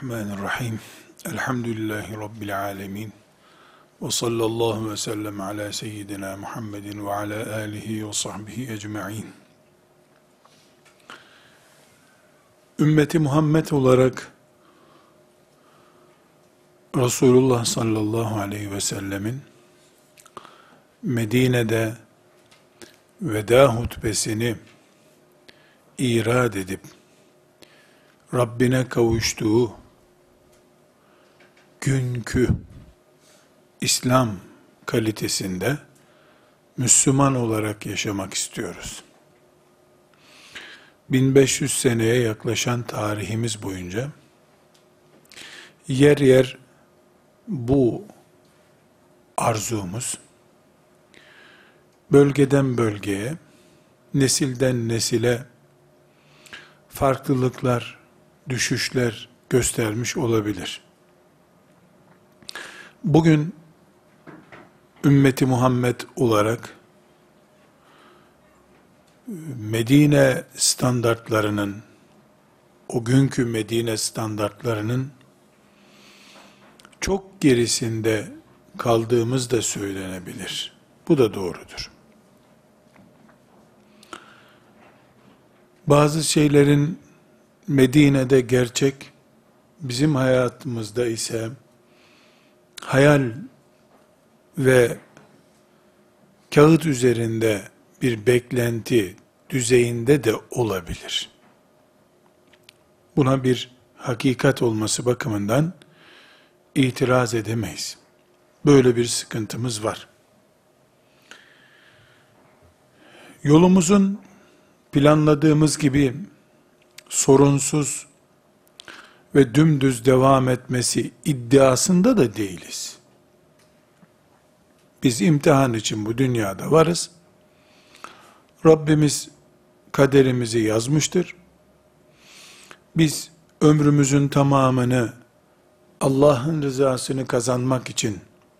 Bismillahirrahmanirrahim. Elhamdülillahi Rabbil alemin. Ve sallallahu ve sellem ala seyyidina Muhammedin ve ala alihi ve sahbihi ecma'in. Ümmeti Muhammed olarak Resulullah sallallahu aleyhi ve sellemin Medine'de veda hutbesini irad edip Rabbine kavuştuğu günkü İslam kalitesinde Müslüman olarak yaşamak istiyoruz. 1500 seneye yaklaşan tarihimiz boyunca yer yer bu arzumuz bölgeden bölgeye, nesilden nesile farklılıklar, düşüşler göstermiş olabilir. Bugün ümmeti Muhammed olarak Medine standartlarının, o günkü Medine standartlarının çok gerisinde kaldığımız da söylenebilir. Bu da doğrudur. Bazı şeylerin Medine'de gerçek, bizim hayatımızda ise hayal ve kağıt üzerinde bir beklenti düzeyinde de olabilir. Buna bir hakikat olması bakımından itiraz edemeyiz. Böyle bir sıkıntımız var. Yolumuzun planladığımız gibi sorunsuz ve dümdüz devam etmesi iddiasında da değiliz. Biz imtihan için bu dünyada varız. Rabbimiz kaderimizi yazmıştır. Biz ömrümüzün tamamını Allah'ın rızasını kazanmak için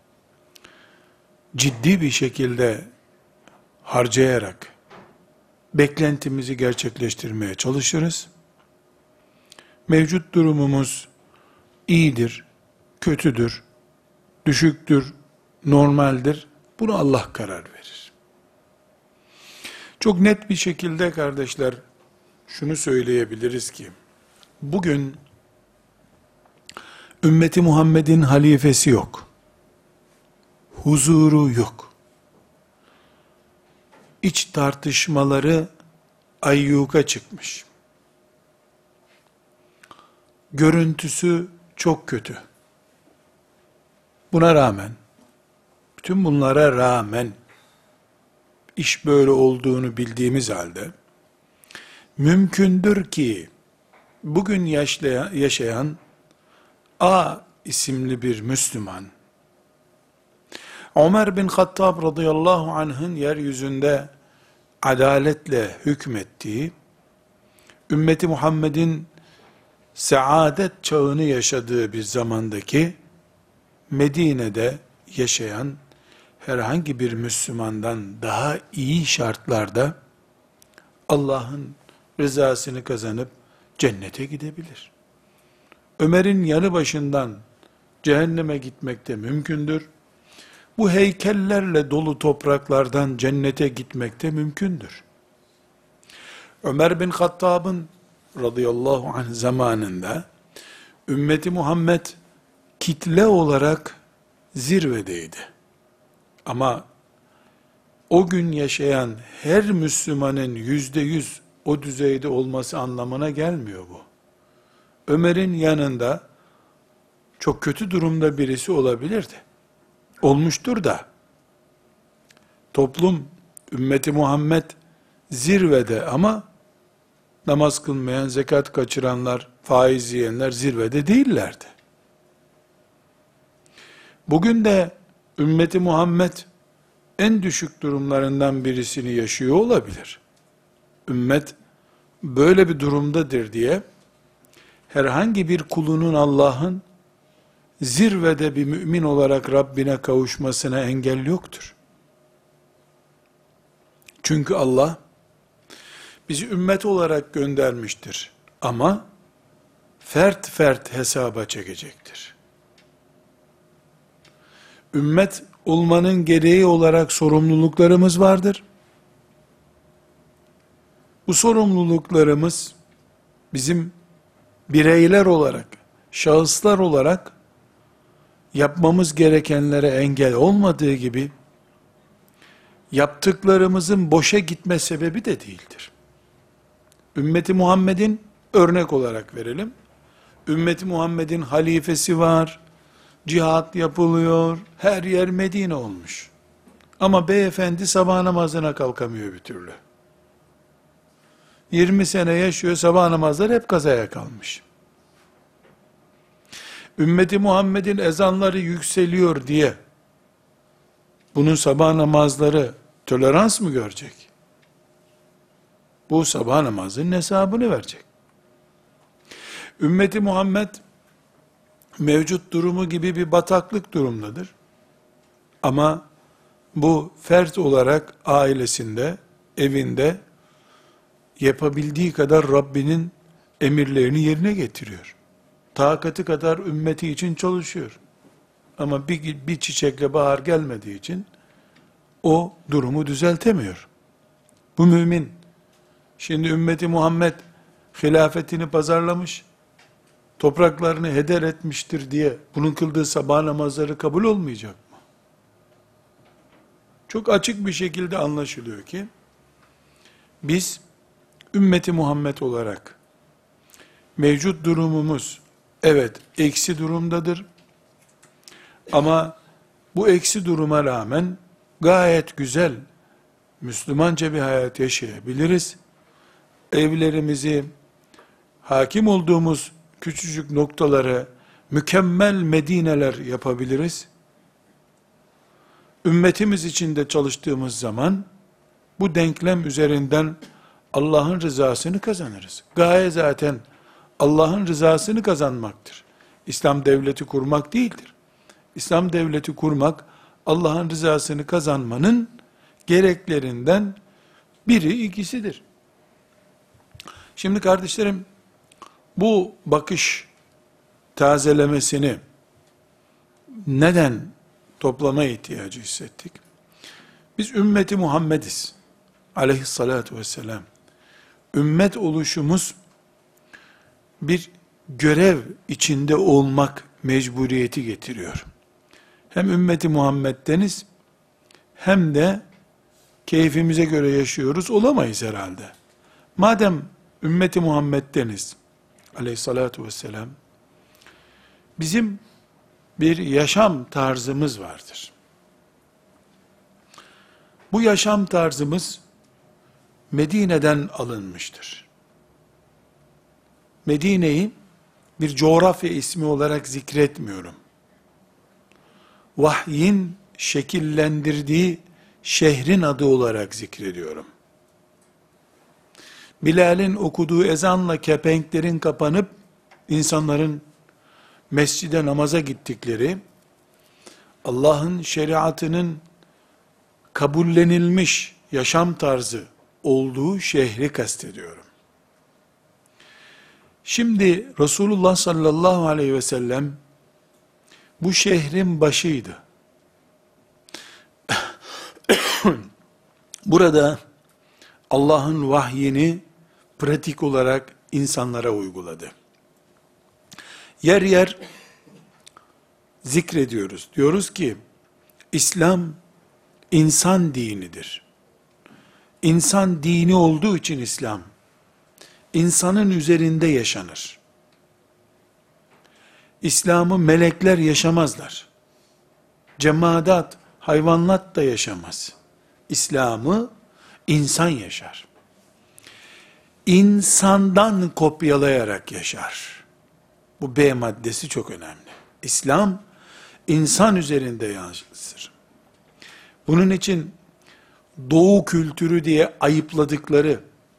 ciddi bir şekilde harcayarak beklentimizi gerçekleştirmeye çalışırız. Mevcut durumumuz iyidir, kötüdür, düşüktür, normaldir. Bunu Allah karar verir. Çok net bir şekilde kardeşler şunu söyleyebiliriz ki bugün ümmeti Muhammed'in halifesi yok. Huzuru yok. İç tartışmaları ayyuka çıkmış. Görüntüsü çok kötü. Buna rağmen, bütün bunlara rağmen, iş böyle olduğunu bildiğimiz halde, mümkündür ki, bugün yaşayan A isimli bir Müslüman, Ömer bin Hattab radıyallahu anh'ın yeryüzünde adaletle hükmettiği, ümmeti Muhammed'in saadet çağını yaşadığı bir zamandaki Medine'de yaşayan herhangi bir Müslümandan daha iyi şartlarda Allah'ın rızasını kazanıp cennete gidebilir. Ömer'in yanı başından cehenneme gitmek de mümkündür. Bu heykellerle dolu topraklardan cennete gitmek de mümkündür. Ömer bin Hattab'ın radıyallahu anh zamanında ümmeti Muhammed kitle olarak zirvedeydi. Ama o gün yaşayan her Müslümanın %100 o düzeyde olması anlamına gelmiyor bu. Ömer'in yanında çok kötü durumda birisi olabilirdi. Olmuştur da. Toplum, ümmeti Muhammed zirvede ama namaz kılmayan, zekat kaçıranlar, faiz yiyenler zirvede değillerdi. Bugün de ümmeti Muhammed en düşük durumlarından birisini yaşıyor olabilir. Ümmet böyle bir durumdadır diye herhangi bir kulunun Allah'ın zirvede bir mümin olarak Rabbine kavuşmasına engel yoktur. Çünkü Allah bizi ümmet olarak göndermiştir. Ama fert fert hesaba çekecektir. Ümmet olmanın gereği olarak sorumluluklarımız vardır. Bu sorumluluklarımız bizim bireyler olarak, şahıslar olarak yapmamız gerekenlere engel olmadığı gibi, yaptıklarımızın boşa gitme sebebi de değildir. Ümmeti Muhammed'in örnek olarak verelim. Ümmeti Muhammed'in halifesi var, cihat yapılıyor, her yer Medine olmuş. Ama beyefendi sabah namazına kalkamıyor bir türlü. 20 sene yaşıyor, sabah namazları hep kazaya kalmış. Ümmeti Muhammed'in ezanları yükseliyor diye, bunun sabah namazları tolerans mı görecek? Bu sabah namazının hesabını verecek. Ümmeti Muhammed, mevcut durumu gibi bir bataklık durumdadır. Ama bu fert olarak ailesinde, evinde, yapabildiği kadar Rabbinin emirlerini yerine getiriyor. Takatı kadar ümmeti için çalışıyor. Ama bir çiçekle bahar gelmediği için o durumu düzeltemiyor. Bu mümin, şimdi ümmeti Muhammed hilafetini pazarlamış, topraklarını heder etmiştir diye bunun kıldığı sabah namazları kabul olmayacak mı? Çok açık bir şekilde anlaşılıyor ki, biz ümmeti Muhammed olarak mevcut durumumuz evet eksi durumdadır. Ama bu eksi duruma rağmen gayet güzel Müslümanca bir hayat yaşayabiliriz. Evlerimizi, hakim olduğumuz küçücük noktaları mükemmel Medineler yapabiliriz. Ümmetimiz için de çalıştığımız zaman bu denklem üzerinden Allah'ın rızasını kazanırız. Gaye zaten Allah'ın rızasını kazanmaktır. İslam devleti kurmak değildir. İslam devleti kurmak, Allah'ın rızasını kazanmanın gereklerinden biri, ikisidir. Şimdi kardeşlerim, bu bakış tazelemesini neden toplama ihtiyacı hissettik? Biz ümmeti Muhammediz. Aleyhissalatu vesselam. Ümmet oluşumuz bir görev içinde olmak mecburiyeti getiriyor. Hem ümmeti Muhammed'deniz hem de keyfimize göre yaşıyoruz olamayız herhalde. Madem ümmeti Muhammed'deniz aleyhissalatu vesselam, bizim bir yaşam tarzımız vardır. Bu yaşam tarzımız Medine'den alınmıştır. Medine'yi bir coğrafya ismi olarak zikretmiyorum. Vahyin şekillendirdiği şehrin adı olarak zikrediyorum. Bilal'in okuduğu ezanla kepenklerin kapanıp insanların mescide namaza gittikleri, Allah'ın şeriatının kabullenilmiş yaşam tarzı olduğu şehri kastediyorum. Şimdi Resulullah sallallahu aleyhi ve sellem bu şehrin başıydı. Burada Allah'ın vahyini pratik olarak insanlara uyguladı. Yer yer zikrediyoruz. Diyoruz ki İslam insan dinidir. İnsan dini olduğu için İslam insanın üzerinde yaşanır. İslam'ı melekler yaşamazlar. Cemaat, hayvanat da yaşamaz. İslam'ı insan yaşar. İnsandan kopyalayarak yaşar. Bu B maddesi çok önemli. İslam, insan üzerinde yaşar. Bunun için Doğu kültürü diye ayıpladıkları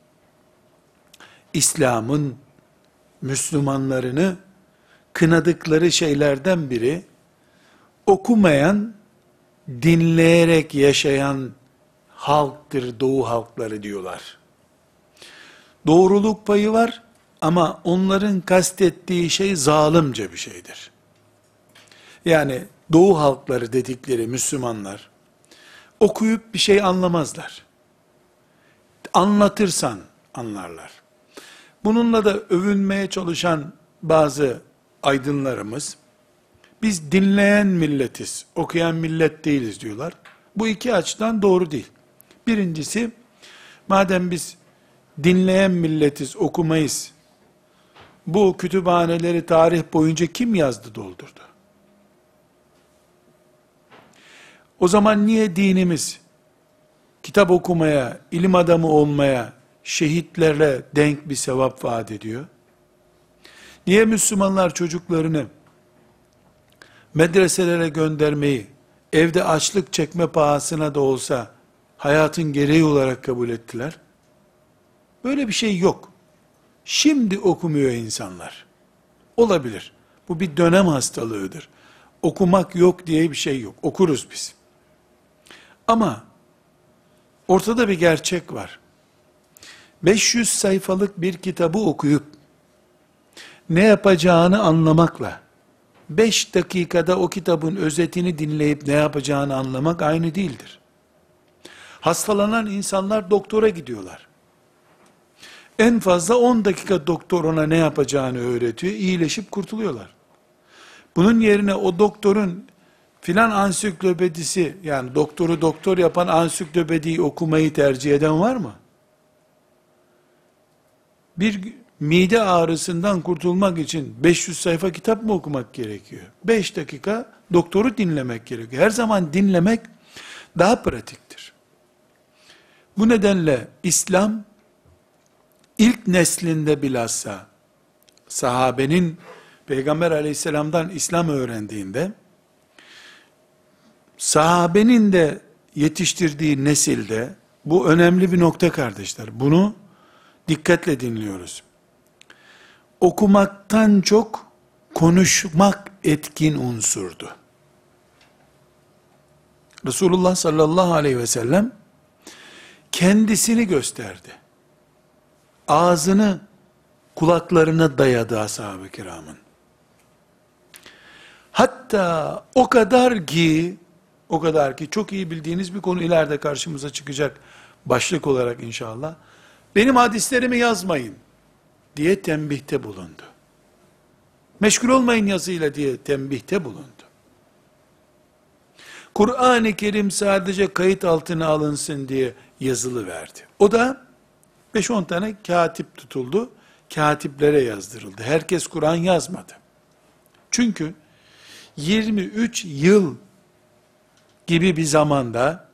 İslam'ın Müslümanlarını kınadıkları şeylerden biri, okumayan, dinleyerek yaşayan halktır Doğu halkları diyorlar. Doğruluk payı var Ama onların kastettiği şey zalimce bir şeydir. Yani Doğu halkları dedikleri Müslümanlar okuyup bir şey anlamazlar. Anlatırsan anlarlar. Bununla da övünmeye çalışan bazı aydınlarımız, biz dinleyen milletiz, okuyan millet değiliz diyorlar. Bu iki açıdan doğru değil. Birincisi, madem biz dinleyen milletiz, okumayız, bu kütüphaneleri tarih boyunca kim yazdı, doldurdu? O zaman niye dinimiz, kitap okumaya, ilim adamı olmaya, şehitlerle denk bir sevap vaat ediyor? Niye Müslümanlar çocuklarını medreselere göndermeyi, evde açlık çekme pahasına da olsa, hayatın gereği olarak kabul ettiler? Böyle bir şey yok. Şimdi okumuyor insanlar. Olabilir. Bu bir dönem hastalığıdır. Okumak yok diye bir şey yok. Okuruz biz. Ama ortada bir gerçek var. 500 sayfalık bir kitabı okuyup ne yapacağını anlamakla 5 dakikada o kitabın özetini dinleyip ne yapacağını anlamak aynı değildir. Hastalanan insanlar doktora gidiyorlar. En fazla 10 dakika doktor ona ne yapacağını öğretiyor, iyileşip kurtuluyorlar. Bunun yerine o doktorun filan ansiklopedisi, yani doktoru doktor yapan ansiklopediyi okumayı tercih eden var mı? Bir mide ağrısından kurtulmak için 500 sayfa kitap mı okumak gerekiyor? 5 dakika doktoru dinlemek gerekiyor. Her zaman dinlemek daha pratiktir. Bu nedenle İslam ilk neslinde bilhassa sahabenin Peygamber aleyhisselamdan İslam öğrendiğinde, sahabenin de yetiştirdiği nesilde, bu önemli bir nokta kardeşler. Bunu dikkatle dinliyoruz. Okumaktan çok konuşmak etkin unsurdu. Resulullah sallallahu aleyhi ve sellem kendisini gösterdi. Ağzını kulaklarına dayadı ashab-ı kiramın. Hatta o kadar ki çok iyi bildiğiniz bir konu ileride karşımıza çıkacak başlık olarak inşallah. Benim hadislerimi yazmayın diye tembihte bulundu. Meşgul olmayın yazıyla diye tembihte bulundu. Kur'an-ı Kerim sadece kayıt altına alınsın diye yazılı verdi. O da 5-10 tane katip tutuldu. Katiplere yazdırıldı. Herkes Kur'an yazmadı. Çünkü 23 yıl gibi bir zamanda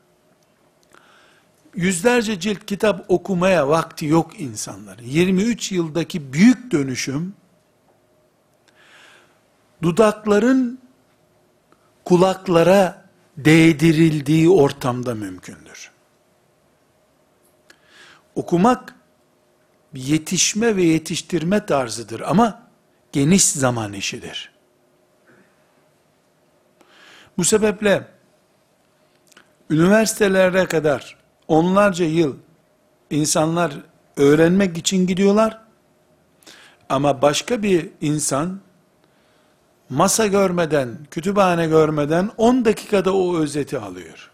yüzlerce cilt kitap okumaya vakti yok insanların. 23 yıldaki büyük dönüşüm dudakların kulaklara değdirildiği ortamda mümkündür. Okumak bir yetişme ve yetiştirme tarzıdır ama geniş zaman işidir. Bu sebeple üniversitelere kadar onlarca yıl insanlar öğrenmek için gidiyorlar. Ama başka bir insan masa görmeden, kütüphane görmeden 10 dakikada o özeti alıyor.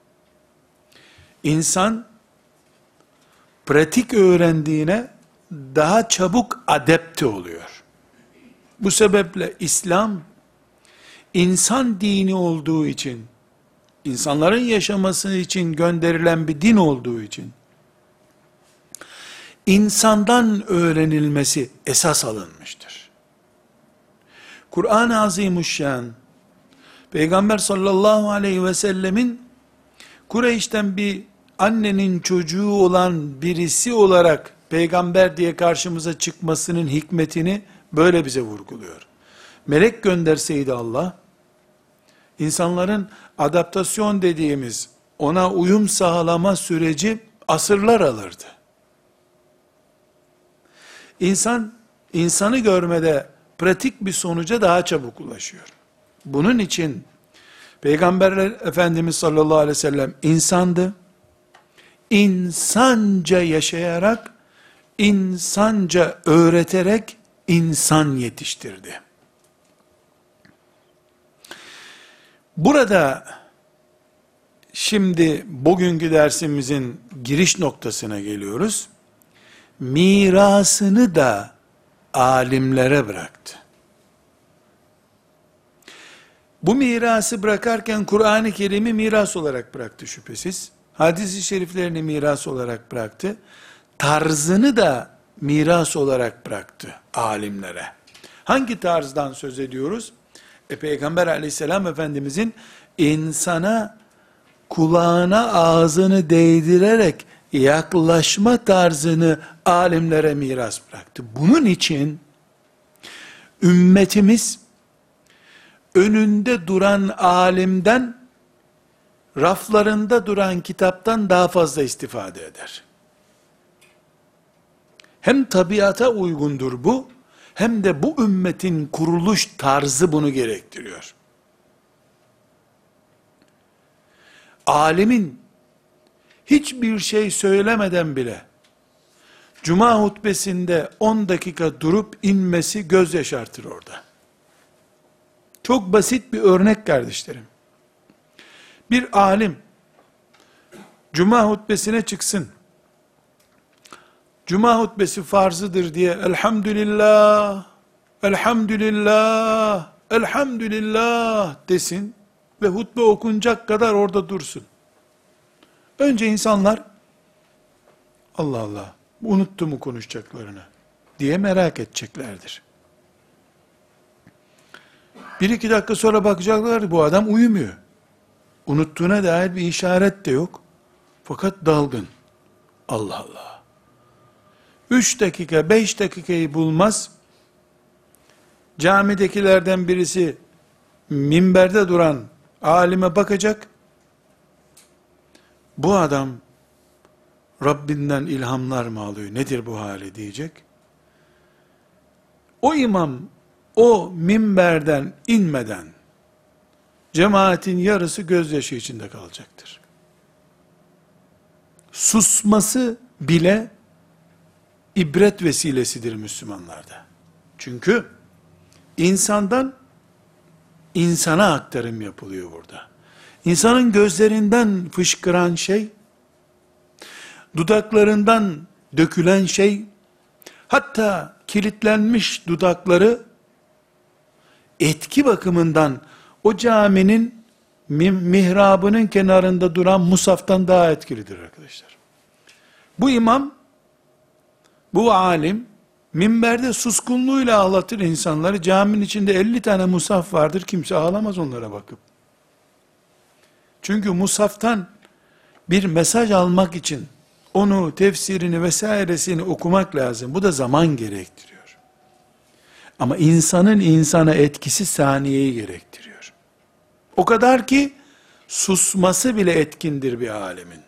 İnsan pratik öğrendiğine daha çabuk adapte oluyor. Bu sebeple İslam insan dini olduğu için, insanların yaşaması için gönderilen bir din olduğu için, insandan öğrenilmesi esas alınmıştır. Kur'an-ı Azimuşşan, Peygamber sallallahu aleyhi ve sellemin Kureyş'ten bir annenin çocuğu olan birisi olarak peygamber diye karşımıza çıkmasının hikmetini böyle bize vurguluyor. Melek gönderseydi Allah, insanların adaptasyon dediğimiz ona uyum sağlama süreci asırlar alırdı. İnsan, insanı görmede pratik bir sonuca daha çabuk ulaşıyor. Bunun için Peygamber Efendimiz sallallahu aleyhi ve sellem insandı. İnsanca yaşayarak insanca öğreterek insan yetiştirdi. Burada şimdi bugünkü dersimizin giriş noktasına geliyoruz. Mirasını da alimlere bıraktı. Bu mirası bırakarken Kur'an-ı Kerim'i miras olarak bıraktı şüphesiz. Hadis-i şeriflerini miras olarak bıraktı. Tarzını da miras olarak bıraktı alimlere. Hangi tarzdan söz ediyoruz? Peygamber aleyhisselam Efendimizin insana kulağına ağzını değdirerek yaklaşma tarzını alimlere miras bıraktı. Bunun için ümmetimiz önünde duran alimden, raflarında duran kitaptan daha fazla istifade eder. Hem tabiata uygundur bu, hem de bu ümmetin kuruluş tarzı bunu gerektiriyor. Alimin hiçbir şey söylemeden bile Cuma hutbesinde 10 dakika durup inmesi göz yaşartır orada. Çok basit bir örnek kardeşlerim. Bir alim Cuma hutbesine çıksın. Cuma hutbesi farzıdır diye elhamdülillah, elhamdülillah, elhamdülillah desin ve hutbe okunacak kadar orada dursun. Önce insanlar Allah Allah unuttu mu konuşacaklarını diye merak edeceklerdir. 1-2 dakika sonra bakacaklar bu adam uyumuyor. Unuttuğuna dair bir işaret de yok. Fakat dalgın. Allah Allah. 3 dakika, 5 dakikayı bulmaz. Camidekilerden birisi minberde duran alime bakacak. Bu adam Rabbinden ilhamlar mı alıyor? Nedir bu hali diyecek. O imam o minberden inmeden cemaatin yarısı gözyaşı içinde kalacaktır. Susması bile ibret vesilesidir Müslümanlarda. Çünkü insandan insana aktarım yapılıyor burada. İnsanın gözlerinden fışkıran şey, dudaklarından dökülen şey, hatta kilitlenmiş dudakları etki bakımından o caminin mihrabının kenarında duran musaftan daha etkilidir arkadaşlar. Bu imam, bu alim, minberde suskunluğuyla ağlatır insanları. Caminin içinde 50 tane musaf vardır, kimse ağlamaz onlara bakıp. Çünkü musaftan bir mesaj almak için onu, tefsirini vesairesini okumak lazım. Bu da zaman gerektiriyor. Ama insanın insana etkisi saniyeyi gerektiriyor. O kadar ki susması bile etkindir bir alemin.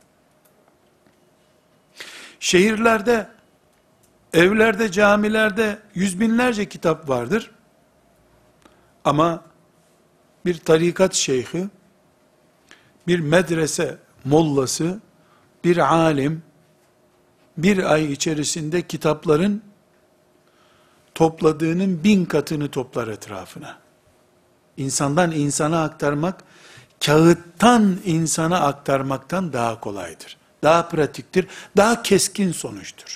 Şehirlerde, evlerde, camilerde yüz binlerce kitap vardır. Ama bir tarikat şeyhi, bir medrese mollası, bir alim, bir ay içerisinde kitapların topladığının 1000 katını toplar etrafına. İnsandan insana aktarmak, kağıttan insana aktarmaktan daha kolaydır. Daha pratiktir, daha keskin sonuçtur.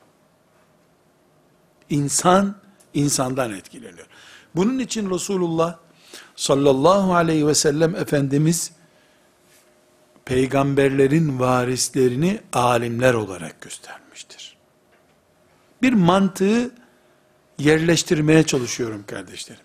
İnsan, insandan etkileniyor. Bunun için Resulullah sallallahu aleyhi ve sellem Efendimiz, peygamberlerin varislerini alimler olarak göstermiştir. Bir mantığı yerleştirmeye çalışıyorum kardeşlerim.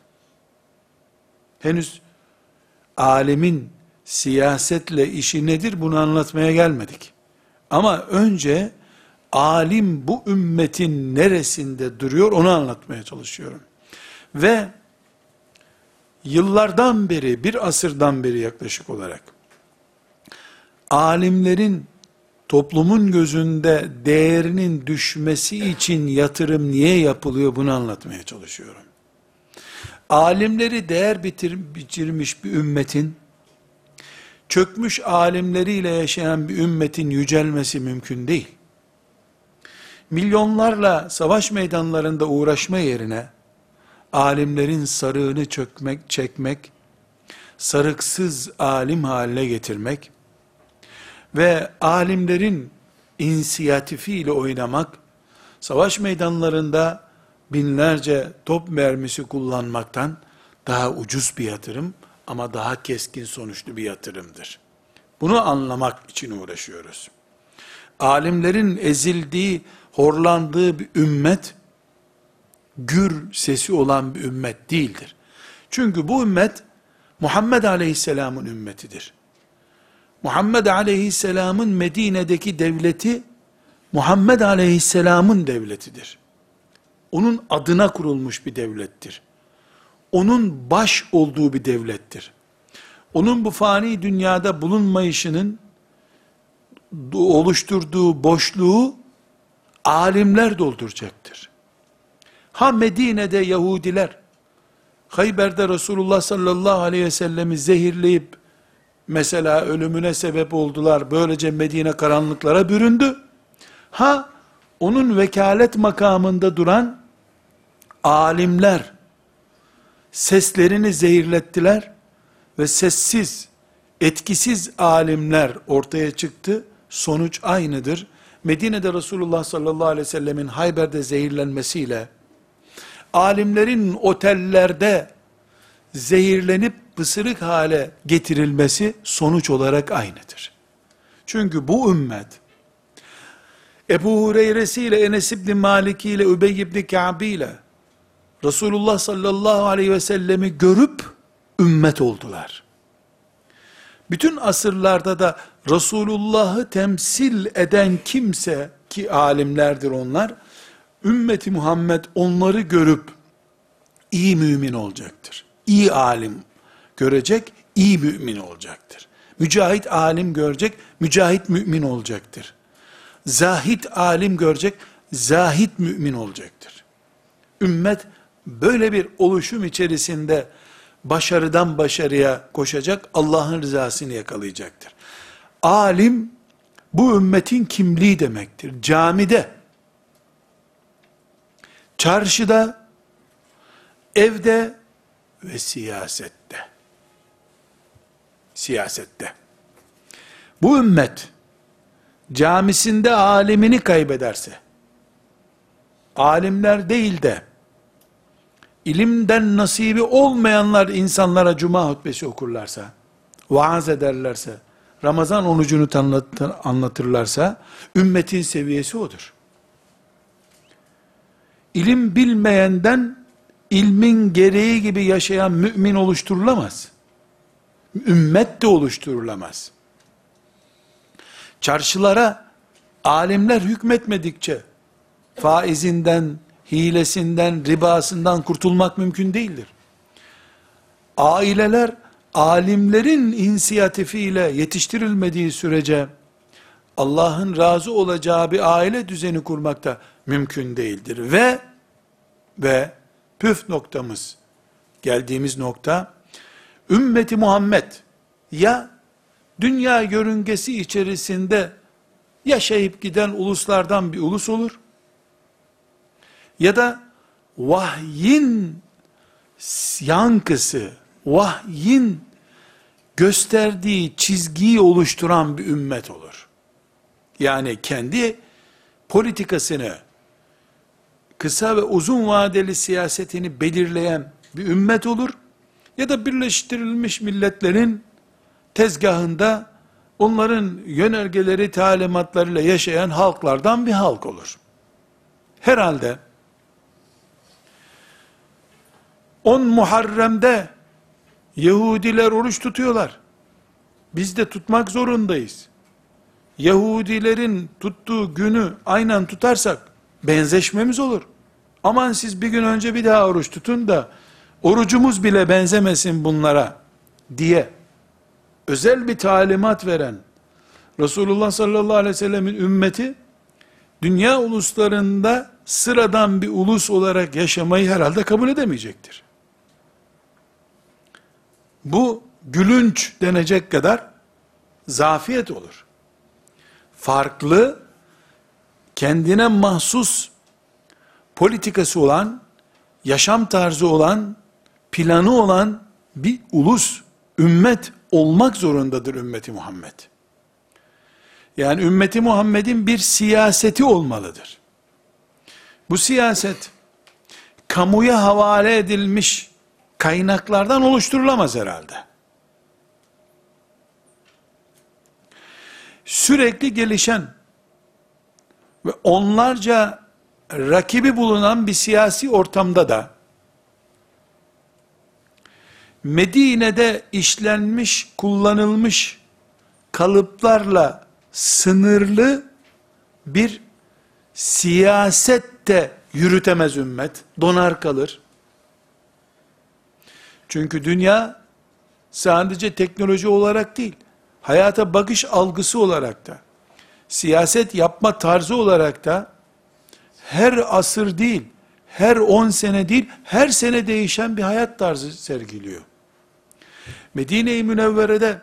Henüz alimin siyasetle işi nedir bunu anlatmaya gelmedik. Ama önce alim bu ümmetin neresinde duruyor onu anlatmaya çalışıyorum. Ve yıllardan beri, bir asırdan beri yaklaşık olarak alimlerin toplumun gözünde değerinin düşmesi için yatırım niye yapılıyor bunu anlatmaya çalışıyorum. Alimleri değer bitirmiş bir ümmetin, çökmüş alimleriyle yaşayan bir ümmetin yücelmesi mümkün değil. Milyonlarla savaş meydanlarında uğraşma yerine, alimlerin sarığını çekmek, sarıksız alim haline getirmek ve alimlerin inisiyatifiyle oynamak, savaş meydanlarında binlerce top mermisi kullanmaktan daha ucuz bir yatırım ama daha keskin sonuçlu bir yatırımdır. Bunu anlamak için uğraşıyoruz. Alimlerin ezildiği, horlandığı bir ümmet, gür sesi olan bir ümmet değildir. Çünkü bu ümmet, Muhammed Aleyhisselam'ın ümmetidir. Muhammed Aleyhisselam'ın Medine'deki devleti, Muhammed Aleyhisselam'ın devletidir. Onun adına kurulmuş bir devlettir. Onun baş olduğu bir devlettir. Onun bu fani dünyada bulunmayışının oluşturduğu boşluğu alimler dolduracaktır. Ha Medine'de Yahudiler, Hayber'de Resulullah sallallahu aleyhi ve sellemi zehirleyip, mesela ölümüne sebep oldular, böylece Medine karanlıklara büründü. Ha, onun vekalet makamında duran alimler, seslerini zehirlettiler ve sessiz, etkisiz alimler ortaya çıktı. Sonuç aynıdır. Medine'de Resulullah sallallahu aleyhi ve sellemin Hayber'de zehirlenmesiyle, alimlerin otellerde zehirlenip pısırık hale getirilmesi sonuç olarak aynıdır. Çünkü bu ümmet, Ebu Hureyre'si ile Enes İbni Maliki ile Übey İbni Ka'bi ile Resulullah sallallahu aleyhi ve sellemi görüp ümmet oldular. Bütün asırlarda da Resulullah'ı temsil eden kimse, ki alimlerdir onlar, ümmeti Muhammed onları görüp iyi mümin olacaktır. İyi alim görecek, iyi mümin olacaktır. Mücahit alim görecek, mücahit mümin olacaktır. Zahit alim görecek, zahit mümin olacaktır. Ümmet böyle bir oluşum içerisinde başarıdan başarıya koşacak, Allah'ın rızasını yakalayacaktır. Alim, bu ümmetin kimliği demektir. Camide, çarşıda, evde ve siyasette. Siyasette. Bu ümmet, camisinde alimini kaybederse, alimler değil de, ilimden nasibi olmayanlar insanlara cuma hutbesi okurlarsa, vaaz ederlerse, Ramazan orucunu anlatırlarsa, ümmetin seviyesi odur. İlim bilmeyenden, ilmin gereği gibi yaşayan mümin oluşturulamaz. Ümmet de oluşturulamaz. Çarşılara alimler hükmetmedikçe, faizinden, hilesinden, ribasından kurtulmak mümkün değildir. Aileler, alimlerin inisiyatifiyle yetiştirilmediği sürece, Allah'ın razı olacağı bir aile düzeni kurmak da mümkün değildir. Ve püf noktamız, geldiğimiz nokta, ümmeti Muhammed, ya dünya yörüngesi içerisinde yaşayıp giden uluslardan bir ulus olur, ya da vahyin yankısı, vahyin gösterdiği çizgiyi oluşturan bir ümmet olur. Yani kendi politikasını, kısa ve uzun vadeli siyasetini belirleyen bir ümmet olur, ya da Birleştirilmiş Milletler'in tezgahında onların yönergeleri, talimatlarıyla yaşayan halklardan bir halk olur. Herhalde 10 Muharrem'de Yahudiler oruç tutuyorlar. Biz de tutmak zorundayız. Yahudilerin tuttuğu günü aynen tutarsak benzeşmemiz olur. Aman siz bir gün önce bir daha oruç tutun da orucumuz bile benzemesin bunlara diye özel bir talimat veren Resulullah sallallahu aleyhi ve sellemin ümmeti, dünya uluslarında sıradan bir ulus olarak yaşamayı herhalde kabul edemeyecektir. Bu gülünç denecek kadar zafiyet olur. Farklı, kendine mahsus politikası olan, yaşam tarzı olan, planı olan bir ulus, ümmet olmak zorundadır ümmeti Muhammed. Yani ümmeti Muhammed'in bir siyaseti olmalıdır. Bu siyaset, kamuya havale edilmiş kaynaklardan oluşturulamaz herhalde. Sürekli gelişen ve onlarca rakibi bulunan bir siyasi ortamda da, Medine'de işlenmiş, kullanılmış kalıplarla sınırlı bir siyaset de yürütemez ümmet, donar kalır. Çünkü dünya sadece teknoloji olarak değil, hayata bakış algısı olarak da, siyaset yapma tarzı olarak da, her asır değil, her 10 sene değil, her sene değişen bir hayat tarzı sergiliyor. Medine-i Münevvere'de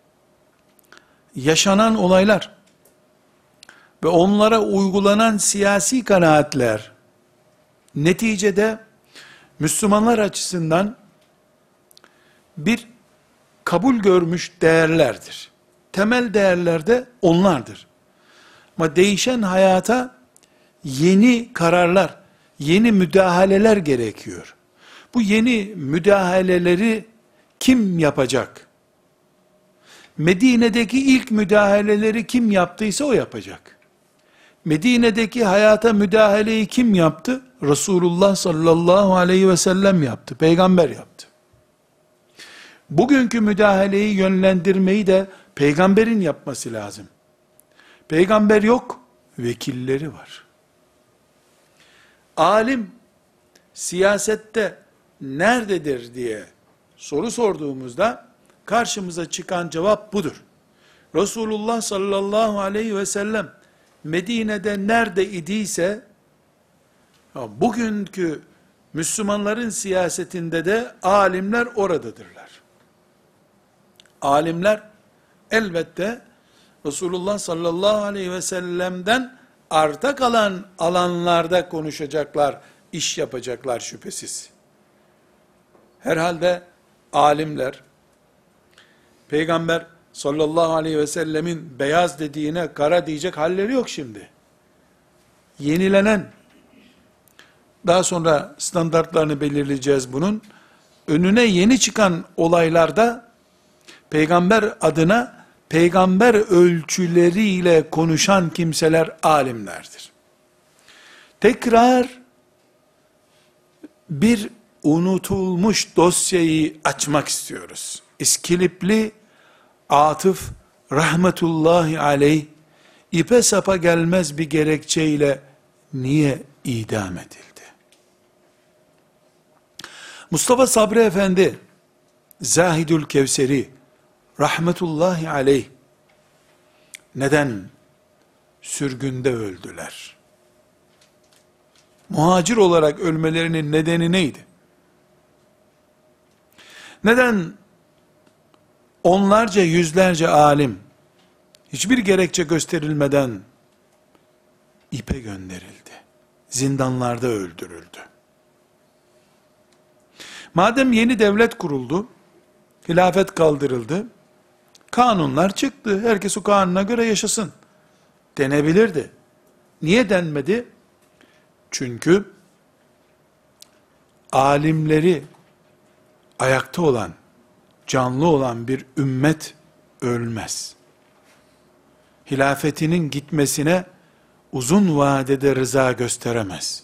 yaşanan olaylar ve onlara uygulanan siyasi kanaatler, neticede Müslümanlar açısından bir kabul görmüş değerlerdir. Temel değerler de onlardır. Ama değişen hayata yeni kararlar, yeni müdahaleler gerekiyor. Bu yeni müdahaleleri kim yapacak? Medine'deki ilk müdahaleleri kim yaptıysa o yapacak. Medine'deki hayata müdahaleyi kim yaptı? Resulullah sallallahu aleyhi ve sellem yaptı. Peygamber yaptı. Bugünkü müdahaleyi yönlendirmeyi de peygamberin yapması lazım. Peygamber yok, vekilleri var. Alim, siyasette nerededir diye soru sorduğumuzda, karşımıza çıkan cevap budur. Resulullah sallallahu aleyhi ve sellem, Medine'de nerede idiyse, bugünkü Müslümanların siyasetinde de alimler oradadırlar. Alimler, elbette, Resulullah sallallahu aleyhi ve sellem'den arta kalan alanlarda konuşacaklar, iş yapacaklar şüphesiz. Herhalde alimler, Peygamber sallallahu aleyhi ve sellemin beyaz dediğine kara diyecek halleri yok şimdi. Yenilenen, daha sonra standartlarını belirleyeceğiz bunun, önüne yeni çıkan olaylarda, Peygamber adına, peygamber ölçüleriyle konuşan kimseler alimlerdir. Tekrar bir unutulmuş dosyayı açmak istiyoruz. İskilipli Atıf rahmetullahi aleyh ipe sapa gelmez bir gerekçeyle niye idam edildi? Mustafa Sabri Efendi Zahidül Kevseri rahmetullahi aleyh neden sürgünde öldüler? Muhacir olarak ölmelerinin nedeni neydi? Neden onlarca yüzlerce alim hiçbir gerekçe gösterilmeden ipe gönderildi? Zindanlarda öldürüldü. Madem yeni devlet kuruldu, hilafet kaldırıldı, kanunlar çıktı, herkes o kanuna göre yaşasın denebilirdi. Niye denmedi? Çünkü alimleri ayakta olan, canlı olan bir ümmet ölmez. Hilafetinin gitmesine uzun vadede rıza gösteremez.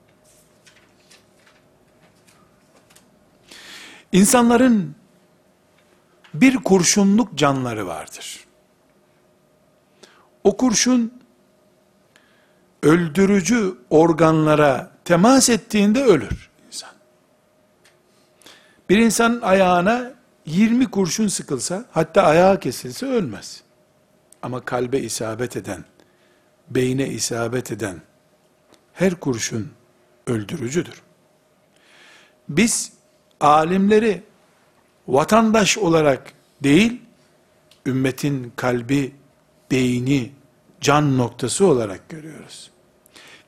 İnsanların bir kurşunluk canları vardır. O kurşun öldürücü organlara temas ettiğinde ölür insan. Bir insanın ayağına 20 kurşun sıkılsa, hatta ayağı kesilse ölmez. Ama kalbe isabet eden, beyne isabet eden her kurşun öldürücüdür. Biz alimleri vatandaş olarak değil, ümmetin kalbi, beyni, can noktası olarak görüyoruz.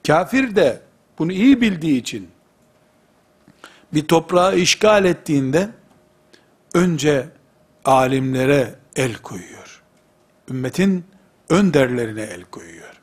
Kafir de bunu iyi bildiği için bir toprağı işgal ettiğinde önce alimlere el koyuyor. Ümmetin önderlerine el koyuyor.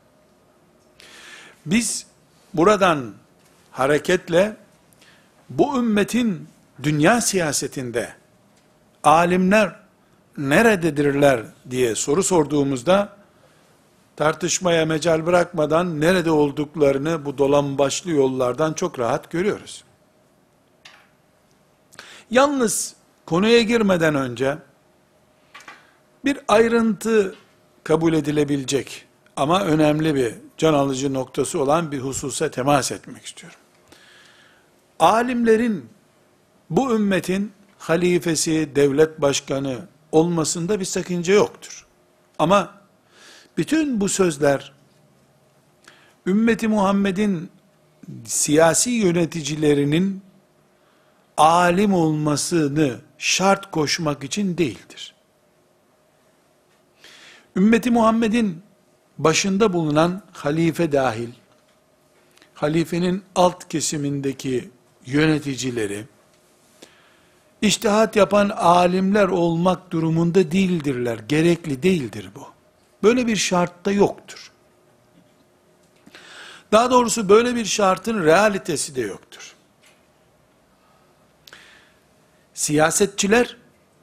Biz buradan hareketle bu ümmetin dünya siyasetinde alimler nerededirler diye soru sorduğumuzda tartışmaya mecal bırakmadan nerede olduklarını bu dolambaçlı yollardan çok rahat görüyoruz. Yalnız konuya girmeden önce bir ayrıntı kabul edilebilecek ama önemli bir can alıcı noktası olan bir hususa temas etmek istiyorum. Alimlerin bu ümmetin halifesi, devlet başkanı olmasında bir sakınca yoktur. Ama bütün bu sözler ümmeti Muhammed'in siyasi yöneticilerinin alim olmasını şart koşmak için değildir. Ümmeti Muhammed'in başında bulunan halife dahil, halifenin alt kesimindeki yöneticileri, içtihat yapan alimler olmak durumunda değildirler. Gerekli değildir bu. Böyle bir şart da yoktur. Daha doğrusu böyle bir şartın realitesi de yoktur. Siyasetçiler,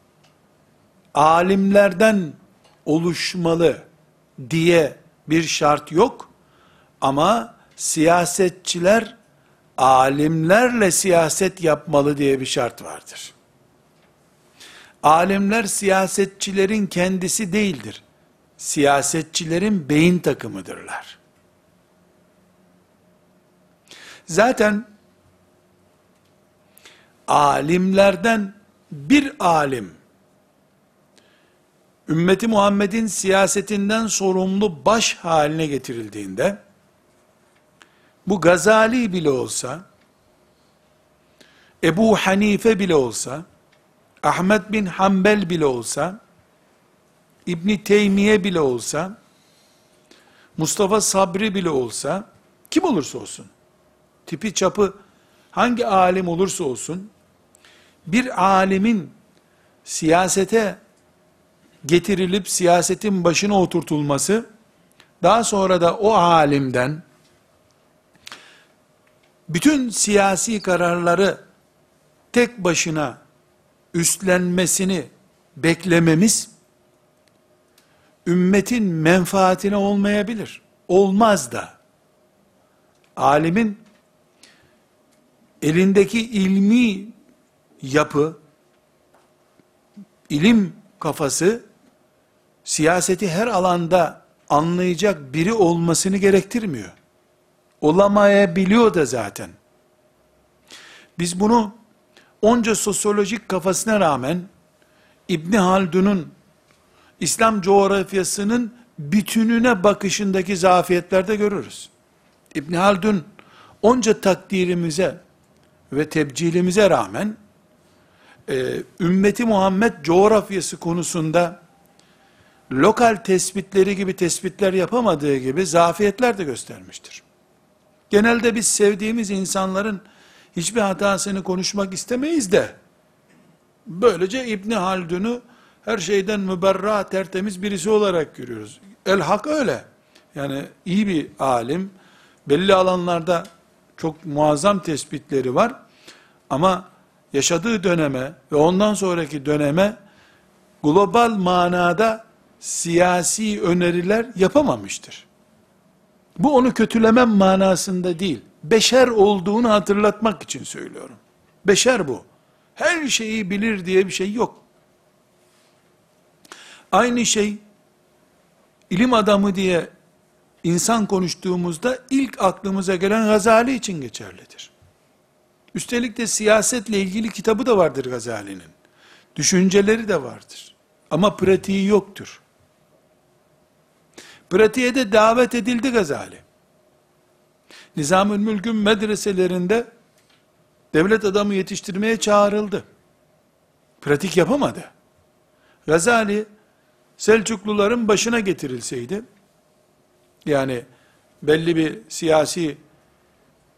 alimlerden oluşmalı diye bir şart yok. Ama siyasetçiler, alimlerle siyaset yapmalı diye bir şart vardır. Alimler siyasetçilerin kendisi değildir. Siyasetçilerin beyin takımıdırlar. Zaten alimlerden bir alim, ümmeti Muhammed'in siyasetinden sorumlu baş haline getirildiğinde, bu Gazali bile olsa, Ebu Hanife bile olsa, Ahmed bin Hanbel bile olsa, İbn Teymiye bile olsa, Mustafa Sabri bile olsa, kim olursa olsun, tipi çapı hangi alim olursa olsun, bir alimin siyasete getirilip siyasetin başına oturtulması, daha sonra da o alimden bütün siyasi kararları tek başına üstlenmesini beklememiz, ümmetin menfaatine olmayabilir. Olmaz da. Alimin elindeki ilmi yapı, ilim kafası, siyaseti her alanda anlayacak biri olmasını gerektirmiyor. Olamayabiliyor da zaten. Biz bunu onca sosyolojik kafasına rağmen İbn Haldun'un İslam coğrafyasının bütününe bakışındaki zafiyetlerde görürüz. İbn Haldun onca takdirimize ve tebcilimize rağmen ümmeti Muhammed coğrafyası konusunda lokal tespitleri gibi tespitler yapamadığı gibi zafiyetler de göstermiştir. Genelde biz sevdiğimiz insanların hiçbir hatasını konuşmak istemeyiz de, böylece İbni Haldun'u her şeyden müberra, tertemiz birisi olarak görüyoruz. El-Hak öyle. Yani iyi bir alim, belli alanlarda çok muazzam tespitleri var, ama yaşadığı döneme ve ondan sonraki döneme global manada siyasi öneriler yapamamıştır. Bu onu kötülemem manasında değil, beşer olduğunu hatırlatmak için söylüyorum. Beşer bu. Her şeyi bilir diye bir şey yok. Aynı şey, ilim adamı diye insan konuştuğumuzda ilk aklımıza gelen Gazali için geçerlidir. Üstelik de siyasetle ilgili kitabı da vardır Gazali'nin. Düşünceleri de vardır. Ama pratiği yoktur. Pratiğe de davet edildi Gazali. Nizamül Mülk'ün medreselerinde devlet adamı yetiştirmeye çağrıldı. Pratik yapamadı. Gazali, Selçukluların başına getirilseydi, yani belli bir siyasi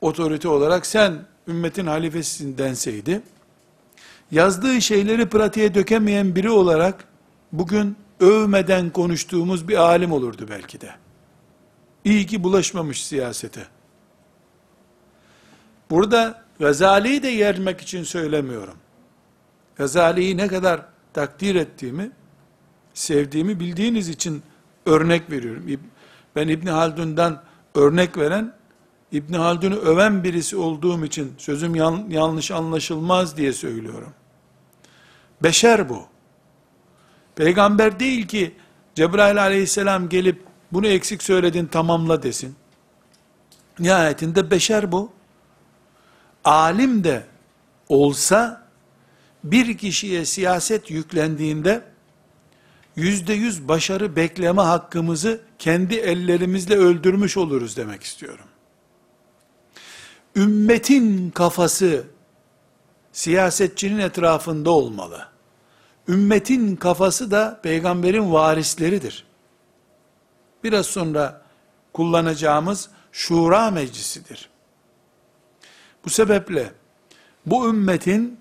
otorite olarak sen ümmetin halifesisin denseydi, yazdığı şeyleri pratiğe dökemeyen biri olarak bugün övmeden konuştuğumuz bir alim olurdu belki de. İyi ki bulaşmamış siyasete. Burada Gazali'yi de yermek için söylemiyorum. Gazali'yi ne kadar takdir ettiğimi, sevdiğimi bildiğiniz için örnek veriyorum. Ben İbn Haldun'dan örnek veren, İbn Haldun'u öven birisi olduğum için sözüm yanlış anlaşılmaz diye söylüyorum. Beşer bu. Peygamber değil ki Cebrail aleyhisselam gelip bunu eksik söyledin tamamla desin. Nihayetinde beşer bu. Alim de olsa bir kişiye siyaset yüklendiğinde %100 başarı bekleme hakkımızı kendi ellerimizle öldürmüş oluruz demek istiyorum. Ümmetin kafası siyasetçinin etrafında olmalı. Ümmetin kafası da peygamberin varisleridir. Biraz sonra kullanacağımız Şura Meclisidir. Bu sebeple bu ümmetin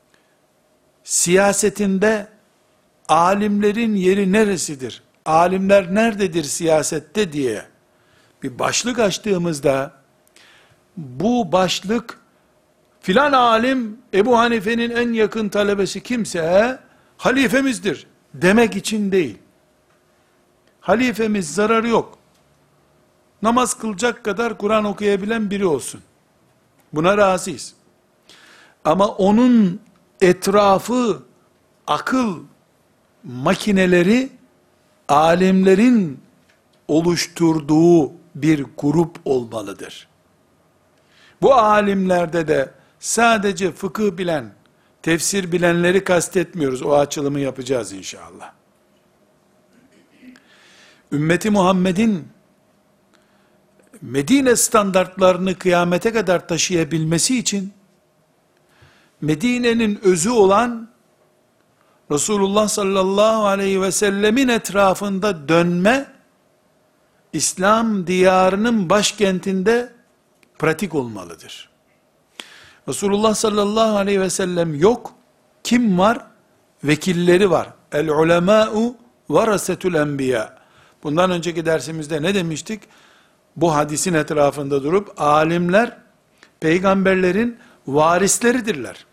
siyasetinde alimlerin yeri neresidir? Alimler nerededir siyasette diye bir başlık açtığımızda bu başlık filan alim Ebu Hanife'nin en yakın talebesi kimse halifemizdir demek için değil. Halifemiz zararı yok. Namaz kılacak kadar Kur'an okuyabilen biri olsun. Buna razıyız. Ama onun etrafı, akıl makineleri, alimlerin oluşturduğu bir grup olmalıdır. Bu alimlerde de sadece fıkıh bilen, tefsir bilenleri kastetmiyoruz. O açılımı yapacağız inşallah. Ümmeti Muhammed'in Medine standartlarını kıyamete kadar taşıyabilmesi için Medine'nin özü olan Resulullah sallallahu aleyhi ve sellemin etrafında dönme, İslam diyarının başkentinde pratik olmalıdır. Resulullah sallallahu aleyhi ve sellem yok. Kim var? Vekilleri var. El ulemâ'u varasetul enbiya. Bundan önceki dersimizde ne demiştik? Bu hadisin etrafında durup alimler peygamberlerin varisleridirler.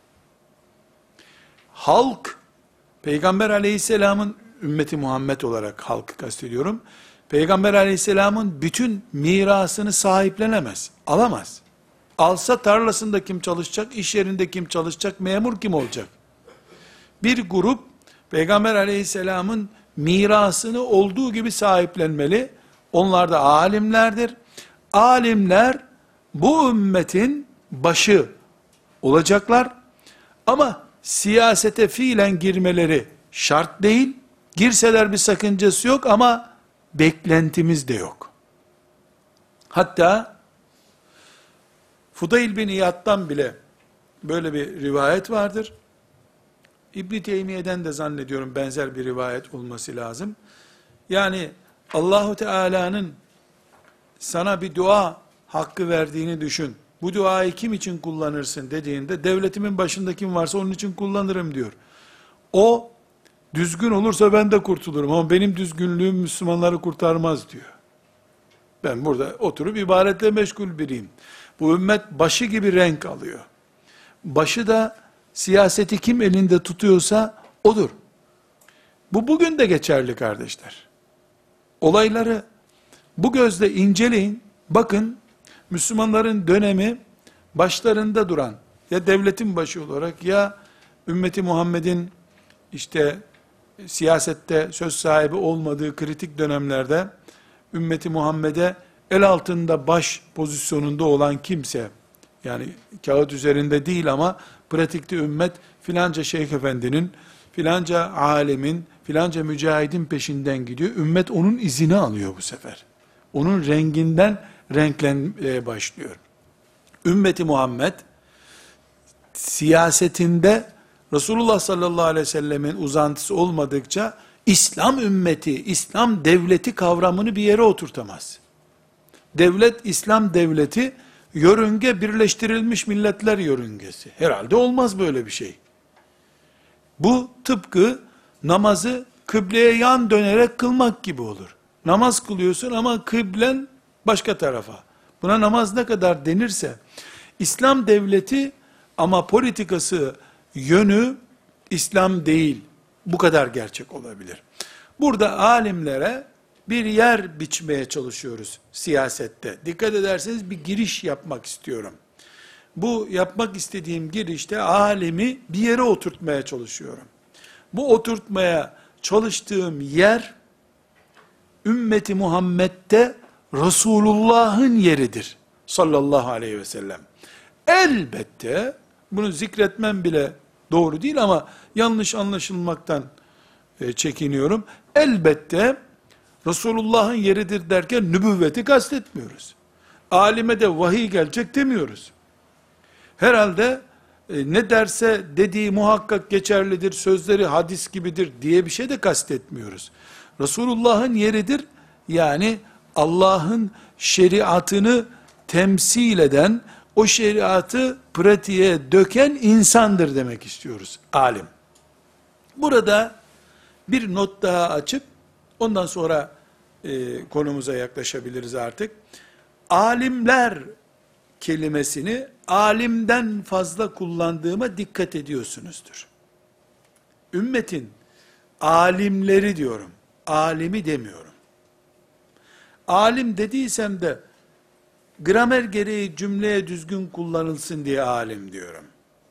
Halk Peygamber aleyhisselamın ümmeti Muhammed olarak halkı kastediyorum. Peygamber aleyhisselamın bütün mirasını sahiplenemez, alamaz. Alsa tarlasında kim çalışacak, iş yerinde kim çalışacak, memur kim olacak? Bir grup Peygamber aleyhisselamın mirasını olduğu gibi sahiplenmeli. Onlar da alimlerdir. Alimler bu ümmetin başı olacaklar. Ama siyasete fiilen girmeleri şart değil. Girseler bir sakıncası yok ama beklentimiz de yok. Hatta Fudayl bin İyad'dan bile böyle bir rivayet vardır. İbn Teymiye'den de zannediyorum benzer bir rivayet olması lazım. Yani Allahu Teala'nın sana bir dua hakkı verdiğini düşün. Bu duayı kim için kullanırsın dediğinde devletimin başında kim varsa onun için kullanırım diyor. O düzgün olursa ben de kurtulurum ama benim düzgünlüğüm Müslümanları kurtarmaz diyor. Ben burada oturup ibadetle meşgul biriyim. Bu ümmet başı gibi renk alıyor. Başı da siyaseti kim elinde tutuyorsa odur. Bu bugün de geçerli kardeşler. Olayları bu gözle inceleyin. Bakın Müslümanların dönemi başlarında duran ya devletin başı olarak ya ümmeti Muhammed'in işte siyasette söz sahibi olmadığı kritik dönemlerde ümmeti Muhammed'e el altında baş pozisyonunda olan kimse, yani kağıt üzerinde değil ama pratikte ümmet filanca şeyh efendinin, filanca alemin, filanca mücahidin peşinden gidiyor. Ümmet onun izini alıyor bu sefer. Onun renginden renklenmeye başlıyor. Ümmeti Muhammed siyasetinde Resulullah sallallahu aleyhi ve sellemin uzantısı olmadıkça İslam ümmeti, İslam devleti kavramını bir yere oturtamaz. Devlet, İslam devleti yörünge Birleştirilmiş Milletler yörüngesi. Herhalde olmaz böyle bir şey. Bu tıpkı namazı kıbleye yan dönerek kılmak gibi olur. Namaz kılıyorsun ama kıblen başka tarafa. Buna namaz ne kadar denirse, İslam devleti ama politikası, yönü İslam değil. Bu kadar gerçek olabilir. Burada alimlere bir yer biçmeye çalışıyoruz siyasette. Dikkat ederseniz bir giriş yapmak istiyorum. Bu yapmak istediğim girişte alimi bir yere oturtmaya çalışıyorum. Bu oturtmaya çalıştığım yer, ümmeti Muhammed'de Resulullah'ın yeridir. Sallallahu aleyhi ve sellem. Elbette, bunu zikretmem bile doğru değil ama yanlış anlaşılmaktan çekiniyorum. Elbette, Resulullah'ın yeridir derken nübüvveti kastetmiyoruz. Alime de vahiy gelecek demiyoruz. Herhalde ne derse dediği muhakkak geçerlidir, sözleri hadis gibidir diye bir şey de kastetmiyoruz. Resulullah'ın yeridir, yani Allah'ın şeriatını temsil eden, o şeriatı pratiğe döken insandır demek istiyoruz, alim. Burada bir not daha açıp, ondan sonra konumuza yaklaşabiliriz artık. Alimler kelimesini alimden fazla kullandığıma dikkat ediyorsunuzdur. Ümmetin alimleri diyorum, alimi demiyorum. Alim dediysem de gramer gereği cümleye düzgün kullanılsın diye alim diyorum.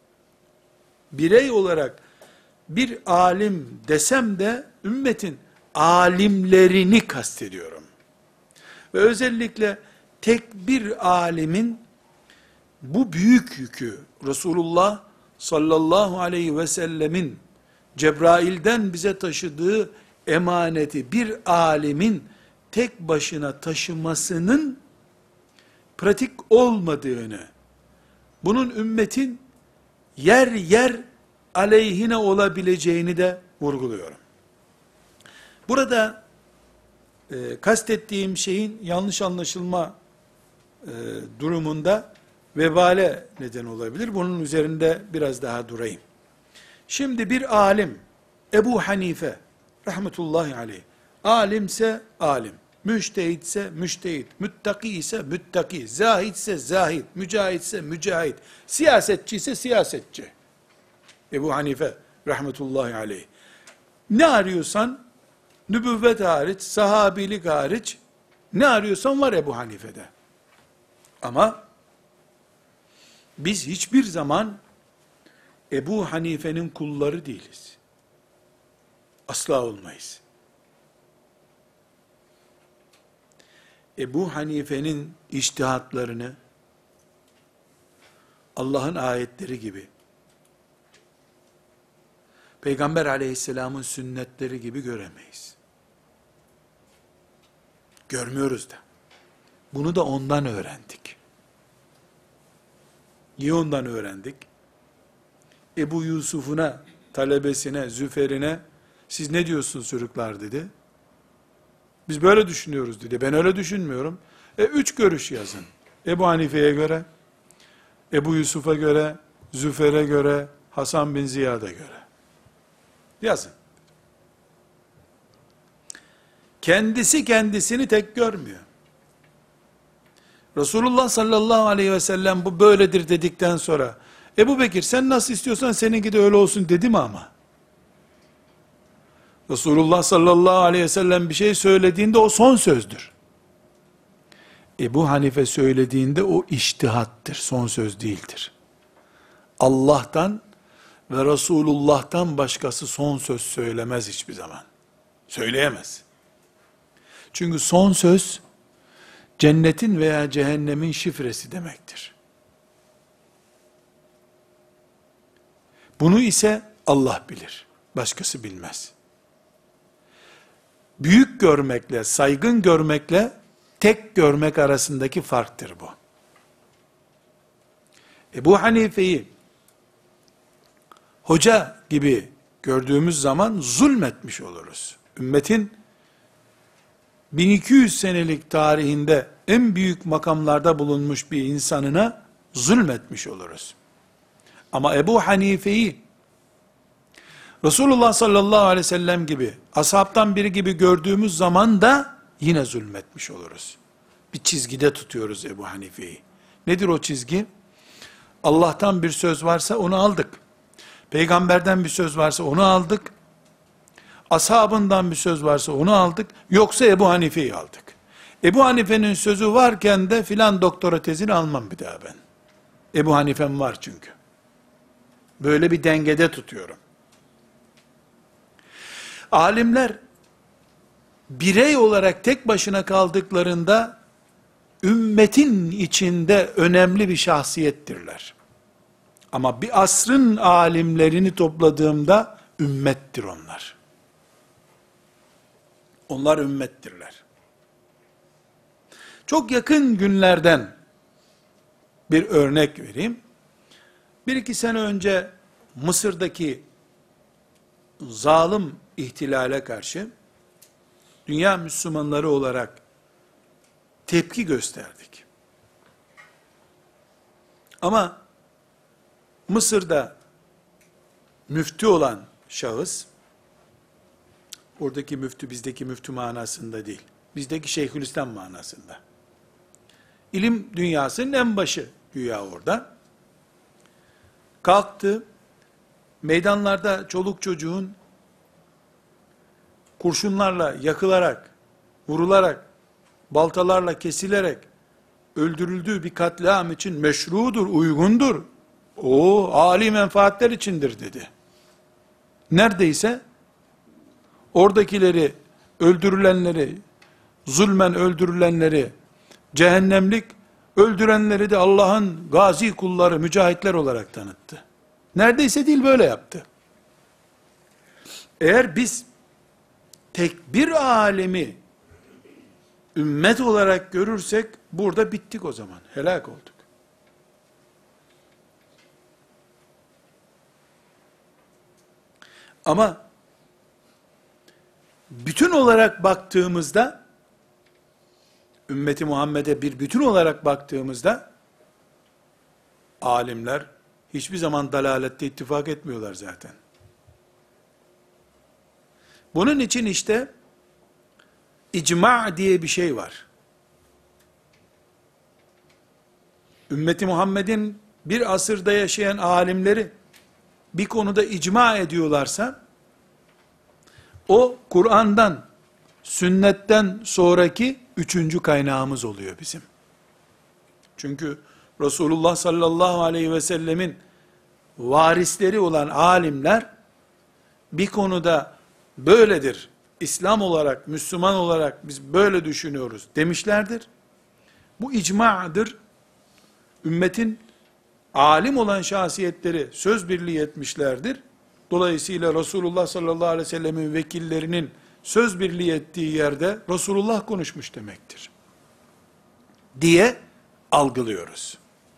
Birey olarak bir alim desem de ümmetin alimlerini kastediyorum. Ve özellikle tek bir alimin bu büyük yükü, Resulullah sallallahu aleyhi ve sellemin Cebrail'den bize taşıdığı emaneti bir alimin tek başına taşımasının pratik olmadığını, bunun ümmetin yer yer aleyhine olabileceğini de vurguluyorum. Burada kastettiğim şeyin yanlış anlaşılma durumunda vebale neden olabilir. Bunun üzerinde biraz daha durayım. Şimdi bir alim, Ebu Hanife, rahmetullahi aleyh, alimse alim, müştehitse müştehit, müttaki ise müttaki, zahidse zahid, mücahitse mücahit, siyasetçi ise siyasetçi. Ebu Hanife, rahmetullahi aleyh. Ne arıyorsan, nübüvvet hariç, sahabilik hariç, ne arıyorsan var Ebu Hanife'de. Ama, biz hiçbir zaman Ebu Hanife'nin kulları değiliz. Asla olmayız. Ebu Hanife'nin içtihatlarını Allah'ın ayetleri gibi, Peygamber aleyhisselamın sünnetleri gibi göremeyiz. Görmüyoruz da. Bunu da ondan öğrendik. Niye ondan öğrendik? Ebu Yusuf'una, talebesine, Züfer'ine, siz ne diyorsunuz çocuklar dedi. Biz böyle düşünüyoruz dedi. Ben öyle düşünmüyorum. 3 görüş yazın. Ebu Hanife'ye göre, Ebu Yusuf'a göre, Züfer'e göre, Hasan bin Ziyad'a göre. Yazın. Kendisi kendisini tek görmüyor. Resulullah sallallahu aleyhi ve sellem bu böyledir dedikten sonra, Ebu Bekir sen nasıl istiyorsan seninki de öyle olsun dedi mi ama? Resulullah sallallahu aleyhi ve sellem bir şey söylediğinde o son sözdür. Ebu Hanife söylediğinde o içtihattır, son söz değildir. Allah'tan ve Resulullah'tan başkası son söz söylemez hiçbir zaman. Söyleyemez. Çünkü son söz, cennetin veya cehennemin şifresi demektir. Bunu ise Allah bilir. Başkası bilmez. Büyük görmekle, saygın görmekle, tek görmek arasındaki farktır bu. Ebu Hanife'yi hoca gibi gördüğümüz zaman zulmetmiş oluruz. Ümmetin 1200 senelik tarihinde en büyük makamlarda bulunmuş bir insanına zulmetmiş oluruz. Ama Ebu Hanife'yi Resulullah sallallahu aleyhi ve sellem gibi, ashabtan biri gibi gördüğümüz zaman da yine zulmetmiş oluruz. Bir çizgide tutuyoruz Ebu Hanife'yi. Nedir o çizgi? Allah'tan bir söz varsa onu aldık. Peygamberden bir söz varsa onu aldık. Ashabından bir söz varsa onu aldık. Yoksa Ebu Hanife'yi aldık. Ebu Hanife'nin sözü varken de filan doktora tezini almam bir daha ben. Ebu Hanife'm var çünkü. Böyle bir dengede tutuyorum. Alimler birey olarak tek başına kaldıklarında ümmetin içinde önemli bir şahsiyettirler. Ama bir asrın alimlerini topladığımda ümmettir onlar. Onlar ümmettirler. Çok yakın günlerden bir örnek vereyim. Bir iki sene önce Mısır'daki zalim ihtilale karşı dünya Müslümanları olarak tepki gösterdik. Ama Mısır'da müftü olan şahıs, oradaki müftü bizdeki müftü manasında değil, bizdeki Şeyhülislam manasında. İlim dünyasının en başı güya orada. Kalktı, meydanlarda çoluk çocuğun kurşunlarla yakılarak, vurularak, baltalarla kesilerek öldürüldüğü bir katliam için meşrudur, uygundur. O âli menfaatler içindir dedi. Neredeyse oradakileri, öldürülenleri, zulmen öldürülenleri, cehennemlik, öldürenleri de Allah'ın gazi kulları, mücahitler olarak tanıttı. Neredeyse değil, böyle yaptı. Eğer biz tek bir alemi ümmet olarak görürsek, burada bittik o zaman, helak olduk. Ama bütün olarak baktığımızda, ümmeti Muhammed'e bir bütün olarak baktığımızda, alimler hiçbir zaman dalalette ittifak etmiyorlar zaten. Bunun için işte, icma diye bir şey var. Ümmeti Muhammed'in bir asırda yaşayan alimleri, bir konuda icma ediyorlarsa, o Kur'an'dan, sünnetten sonraki üçüncü kaynağımız oluyor bizim. Çünkü Resulullah sallallahu aleyhi ve sellemin varisleri olan alimler, bir konuda böyledir, İslam olarak, Müslüman olarak biz böyle düşünüyoruz demişlerdir. Bu icma'dır. Ümmetin alim olan şahsiyetleri söz birliği etmişlerdir. Dolayısıyla Resulullah sallallahu aleyhi ve sellemin vekillerinin söz birliği ettiği yerde Resulullah konuşmuş demektir diye algılıyoruz.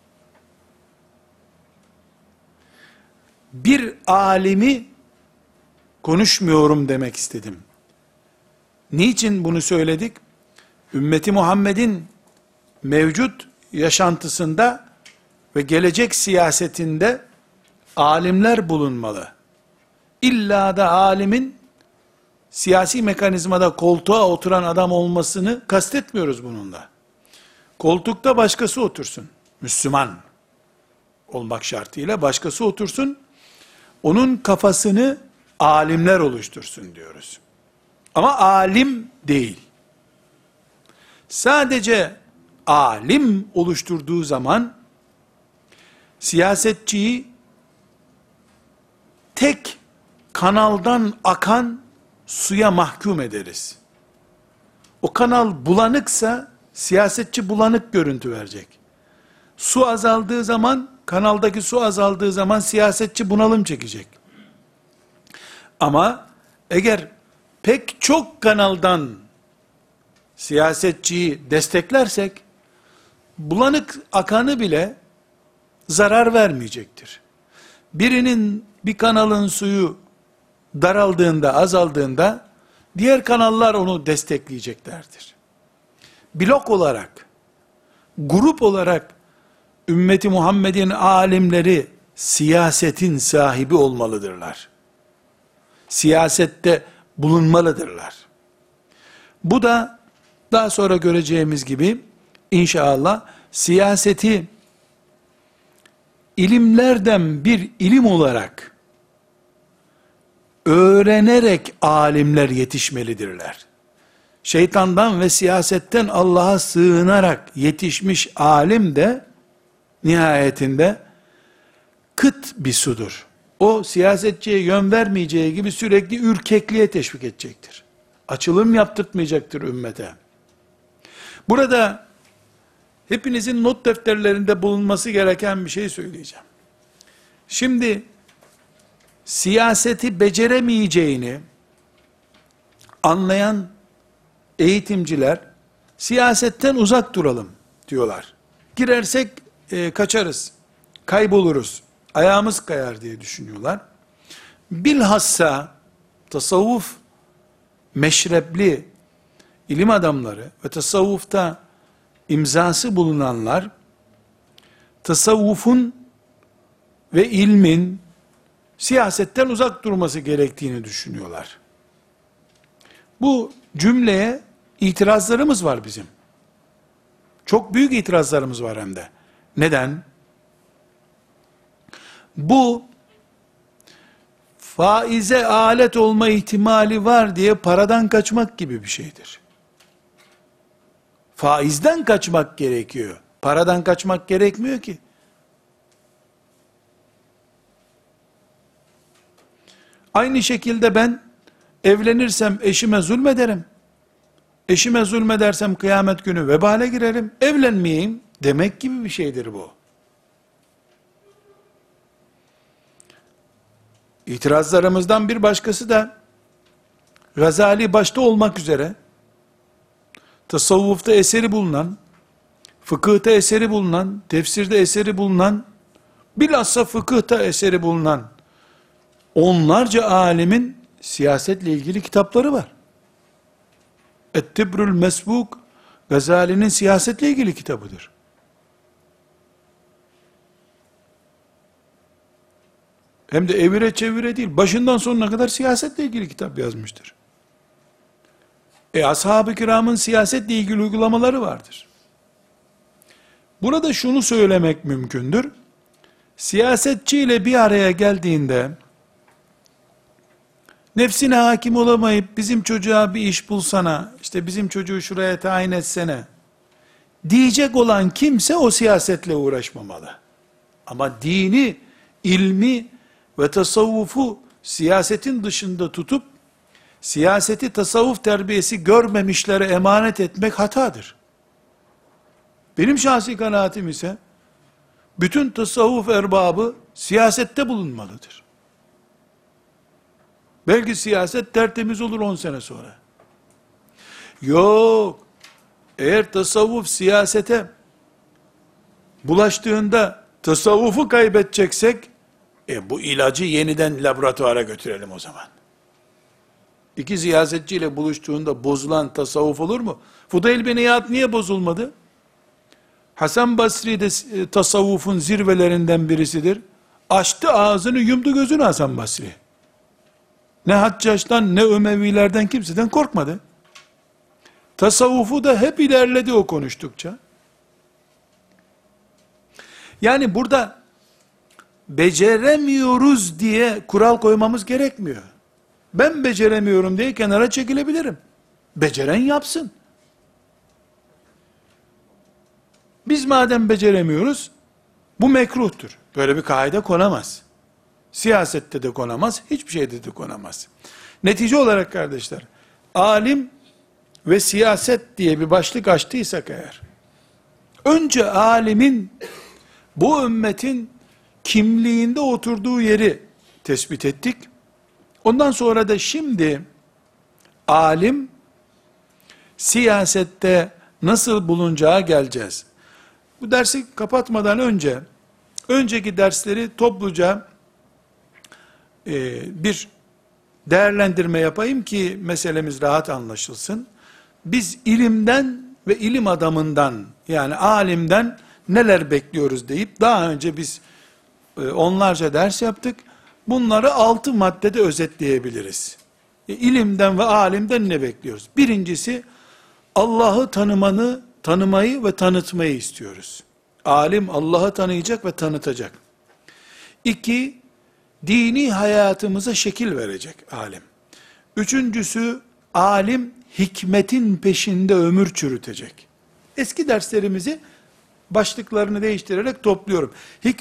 Bir alimi konuşmuyorum demek istedim. Niçin bunu söyledik? Ümmeti Muhammed'in mevcut yaşantısında ve gelecek siyasetinde alimler bulunmalı. İlla da alimin siyasi mekanizmada koltuğa oturan adam olmasını kastetmiyoruz bununla. Koltukta başkası otursun. Müslüman olmak şartıyla başkası otursun. Onun kafasını alimler oluştursun diyoruz. Ama alim değil. Sadece alim oluşturduğu zaman siyasetçiyi tek kanaldan akan suya mahkum ederiz. O kanal bulanıksa siyasetçi bulanık görüntü verecek. Su azaldığı zaman, kanaldaki su azaldığı zaman siyasetçi bunalım çekecek. Ama eğer pek çok kanaldan siyasetçiyi desteklersek, bulanık akanı bile zarar vermeyecektir. Birinin, bir kanalın suyu daraldığında, azaldığında, diğer kanallar onu destekleyeceklerdir. Blok olarak, grup olarak ümmeti Muhammed'in alimleri siyasetin sahibi olmalıdırlar. Siyasette bulunmalıdırlar. Bu da daha sonra göreceğimiz gibi inşallah siyaseti ilimlerden bir ilim olarak öğrenerek alimler yetişmelidirler. Şeytandan ve siyasetten Allah'a sığınarak yetişmiş alim de nihayetinde kıt bir sudur. O siyasetçiye yön vermeyeceği gibi sürekli ürkekliğe teşvik edecektir. Açılım yaptırtmayacaktır ümmete. Burada hepinizin not defterlerinde bulunması gereken bir şey söyleyeceğim. Şimdi siyaseti beceremeyeceğini anlayan eğitimciler siyasetten uzak duralım diyorlar. Girersek kaçarız, kayboluruz, ayağımız kayar diye düşünüyorlar. Bilhassa tasavvuf meşrebli ilim adamları ve tasavvufta imzası bulunanlar tasavvufun ve ilmin siyasetten uzak durması gerektiğini düşünüyorlar. Bu cümleye itirazlarımız var bizim. Çok büyük itirazlarımız var hem de. Neden? Bu faize alet olma ihtimali var diye paradan kaçmak gibi bir şeydir. Faizden kaçmak gerekiyor. Paradan kaçmak gerekmiyor ki. Aynı şekilde ben evlenirsem eşime zulmederim. Eşime zulmedersem kıyamet günü vebale girerim. Evlenmeyeyim demek gibi bir şeydir bu. İtirazlarımızdan bir başkası da Gazali başta olmak üzere tasavvufta eseri bulunan, fıkıhta eseri bulunan, tefsirde eseri bulunan, bilhassa fıkıhta eseri bulunan onlarca alimin siyasetle ilgili kitapları var. Et-Tibrül Mesbuk, Gazali'nin siyasetle ilgili kitabıdır. Hem de evire çevire değil, başından sonuna kadar siyasetle ilgili kitap yazmıştır. Ashab-ı kiramın siyasetle ilgili uygulamaları vardır. Burada şunu söylemek mümkündür. Siyasetçiyle bir araya geldiğinde, nefsine hakim olamayıp bizim çocuğa bir iş bulsana, işte bizim çocuğu şuraya tayin etsene, diyecek olan kimse o siyasetle uğraşmamalı. Ama dini, ilmi ve tasavvufu siyasetin dışında tutup, siyaseti tasavvuf terbiyesi görmemişlere emanet etmek hatadır. Benim şahsi kanaatim ise, bütün tasavvuf erbabı siyasette bulunmalıdır. Belki siyaset tertemiz olur 10 sene sonra. Yok, eğer tasavvuf siyasete bulaştığında tasavvufu kaybedeceksek, bu ilacı yeniden laboratuvara götürelim o zaman. İki siyasetçiyle buluştuğunda bozulan tasavvuf olur mu? Fudayl bin İyad niye bozulmadı? Hasan Basri de tasavvufun zirvelerinden birisidir. Açtı ağzını, yumdu gözünü Hasan Basri. Ne Haccaç'tan ne Ömevilerden kimseden korkmadı. Tasavvufu da hep ilerledi o konuştukça. Yani burada beceremiyoruz diye kural koymamız gerekmiyor. Ben beceremiyorum diye kenara çekilebilirim. Beceren yapsın. Biz madem beceremiyoruz, bu mekruhtur. Böyle bir kaide konamaz. Siyasette de konamaz, hiçbir şeyde de konamaz. Netice olarak kardeşler, alim ve siyaset diye bir başlık açtıysak eğer, önce alimin, bu ümmetin kimliğinde oturduğu yeri tespit ettik. Ondan sonra da şimdi, alim, siyasette nasıl bulunacağı geleceğiz. Bu dersi kapatmadan önce, önceki dersleri topluca bir değerlendirme yapayım ki meselemiz rahat anlaşılsın. Biz ilimden ve ilim adamından, yani alimden neler bekliyoruz deyip, daha önce biz onlarca ders yaptık. Bunları 6 maddede özetleyebiliriz. İlimden ve alimden ne bekliyoruz? Birincisi, Allah'ı tanımayı ve tanıtmayı istiyoruz. Alim Allah'ı tanıyacak ve tanıtacak. 2, dini hayatımıza şekil verecek alim. Üçüncüsü, alim hikmetin peşinde ömür çürütecek. Eski derslerimizi başlıklarını değiştirerek topluyorum.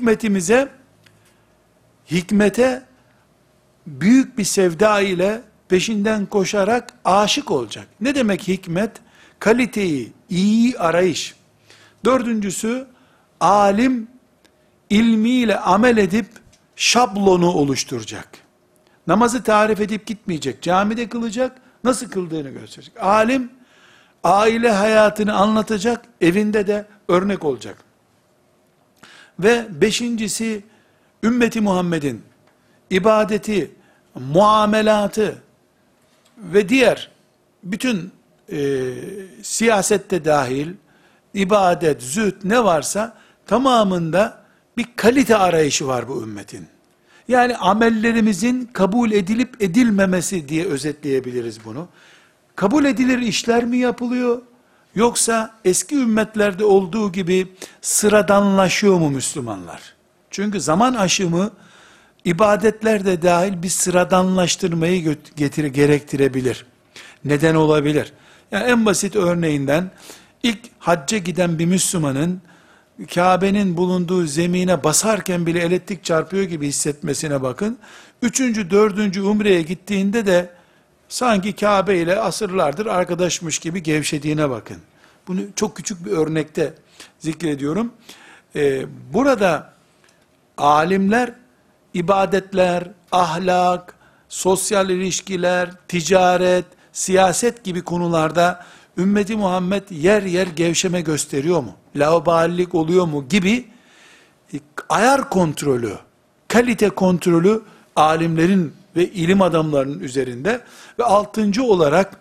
Hikmete büyük bir sevda ile peşinden koşarak aşık olacak. Ne demek hikmet? Kaliteyi, iyi arayış. Dördüncüsü, alim ilmiyle amel edip şablonu oluşturacak. Namazı tarif edip gitmeyecek. Camide kılacak, nasıl kıldığını gösterecek. Alim, aile hayatını anlatacak, evinde de örnek olacak. Ve beşincisi, ümmeti Muhammed'in ibadeti, muamelatı ve diğer bütün siyasette dahil, ibadet, zühd ne varsa tamamında bir kalite arayışı var bu ümmetin. Yani amellerimizin kabul edilip edilmemesi diye özetleyebiliriz bunu. Kabul edilir işler mi yapılıyor? Yoksa eski ümmetlerde olduğu gibi sıradanlaşıyor mu Müslümanlar? Çünkü zaman aşımı ibadetler de dahil bir sıradanlaştırmayı gerektirebilir. Neden olabilir? Yani en basit örneğinden, ilk hacca giden bir Müslümanın Kabe'nin bulunduğu zemine basarken bile elektrik çarpıyor gibi hissetmesine bakın. 3. 4. umreye gittiğinde de sanki Kabe ile asırlardır arkadaşmış gibi gevşediğine bakın. Bunu çok küçük bir örnekte zikrediyorum. Burada alimler ibadetler, ahlak, sosyal ilişkiler, ticaret, siyaset gibi konularda ümmeti Muhammed yer yer gevşeme gösteriyor mu? Laubalilik oluyor mu gibi ayar kontrolü, kalite kontrolü alimlerin ve ilim adamlarının üzerinde. Ve 6. olarak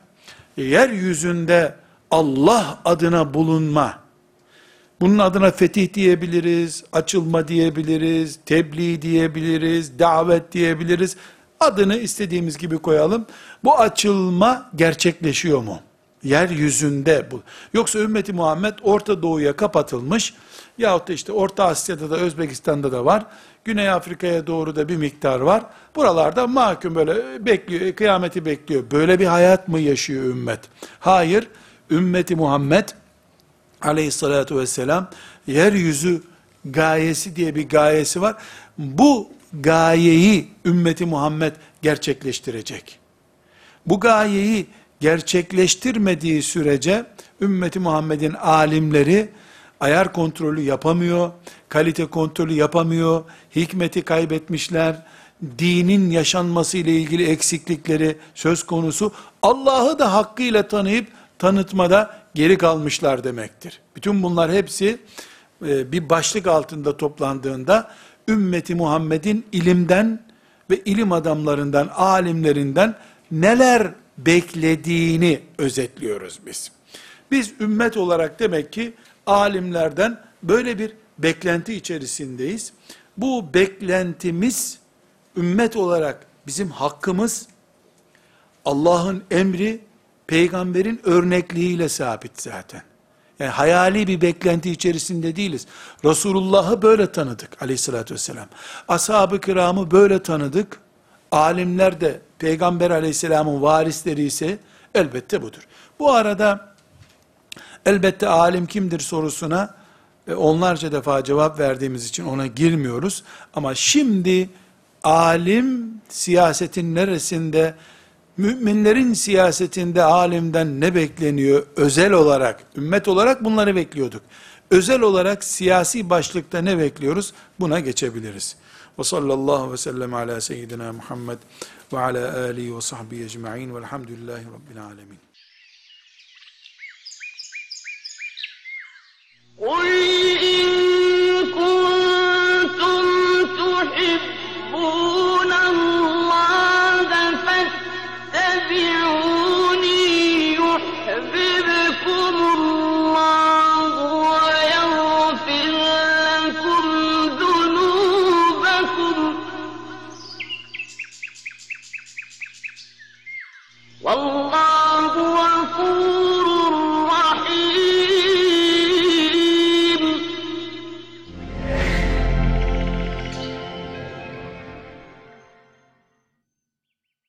yeryüzünde Allah adına bulunma. Bunun adına fetih diyebiliriz, açılma diyebiliriz, tebliğ diyebiliriz, davet diyebiliriz. Adını istediğimiz gibi koyalım. Bu açılma gerçekleşiyor mu? Yeryüzünde bu. Yoksa ümmeti Muhammed Orta Doğu'ya kapatılmış, yahut da işte Orta Asya'da da, Özbekistan'da da var, Güney Afrika'ya doğru da bir miktar var. Buralarda mahkum böyle bekliyor, kıyameti bekliyor. Böyle bir hayat mı yaşıyor ümmet? Hayır, ümmeti Muhammed aleyhissalatu vesselam yeryüzü gayesi diye bir gayesi var. Bu gayeyi ümmeti Muhammed gerçekleştirecek. Bu gayeyi gerçekleştirmediği sürece ümmeti Muhammed'in alimleri ayar kontrolü yapamıyor, kalite kontrolü yapamıyor, hikmeti kaybetmişler, dinin yaşanması ile ilgili eksiklikleri söz konusu, Allah'ı da hakkıyla tanıyıp tanıtmada geri kalmışlar demektir. Bütün bunlar hepsi bir başlık altında toplandığında ümmeti Muhammed'in ilimden ve ilim adamlarından, alimlerinden neler beklediğini özetliyoruz biz. Biz ümmet olarak demek ki alimlerden böyle bir beklenti içerisindeyiz. Bu beklentimiz ümmet olarak bizim hakkımız, Allah'ın emri, peygamberin örnekliğiyle sabit zaten. Yani hayali bir beklenti içerisinde değiliz. Resulullah'ı böyle tanıdık aleyhissalatü vesselam. Ashab-ı kiramı böyle tanıdık. Alimler de peygamber aleyhisselamın varisleri ise elbette budur. Bu arada elbette alim kimdir sorusuna onlarca defa cevap verdiğimiz için ona girmiyoruz. Ama şimdi alim siyasetin neresinde, müminlerin siyasetinde alimden ne bekleniyor? Özel olarak, ümmet olarak bunları bekliyorduk. Özel olarak siyasi başlıkta ne bekliyoruz? Buna geçebiliriz. Ve sallallahu ve sellem ala seyyidina Muhammed ve ala alihi ve sahbihi ecma'in velhamdülillahi rabbil alemin. قُلْ إِن كُنتُمْ تُحِبُّونَ اللَّهَ فَاتَّبِعُونِي يُحْبِبْكُمُ اللَّهُ والله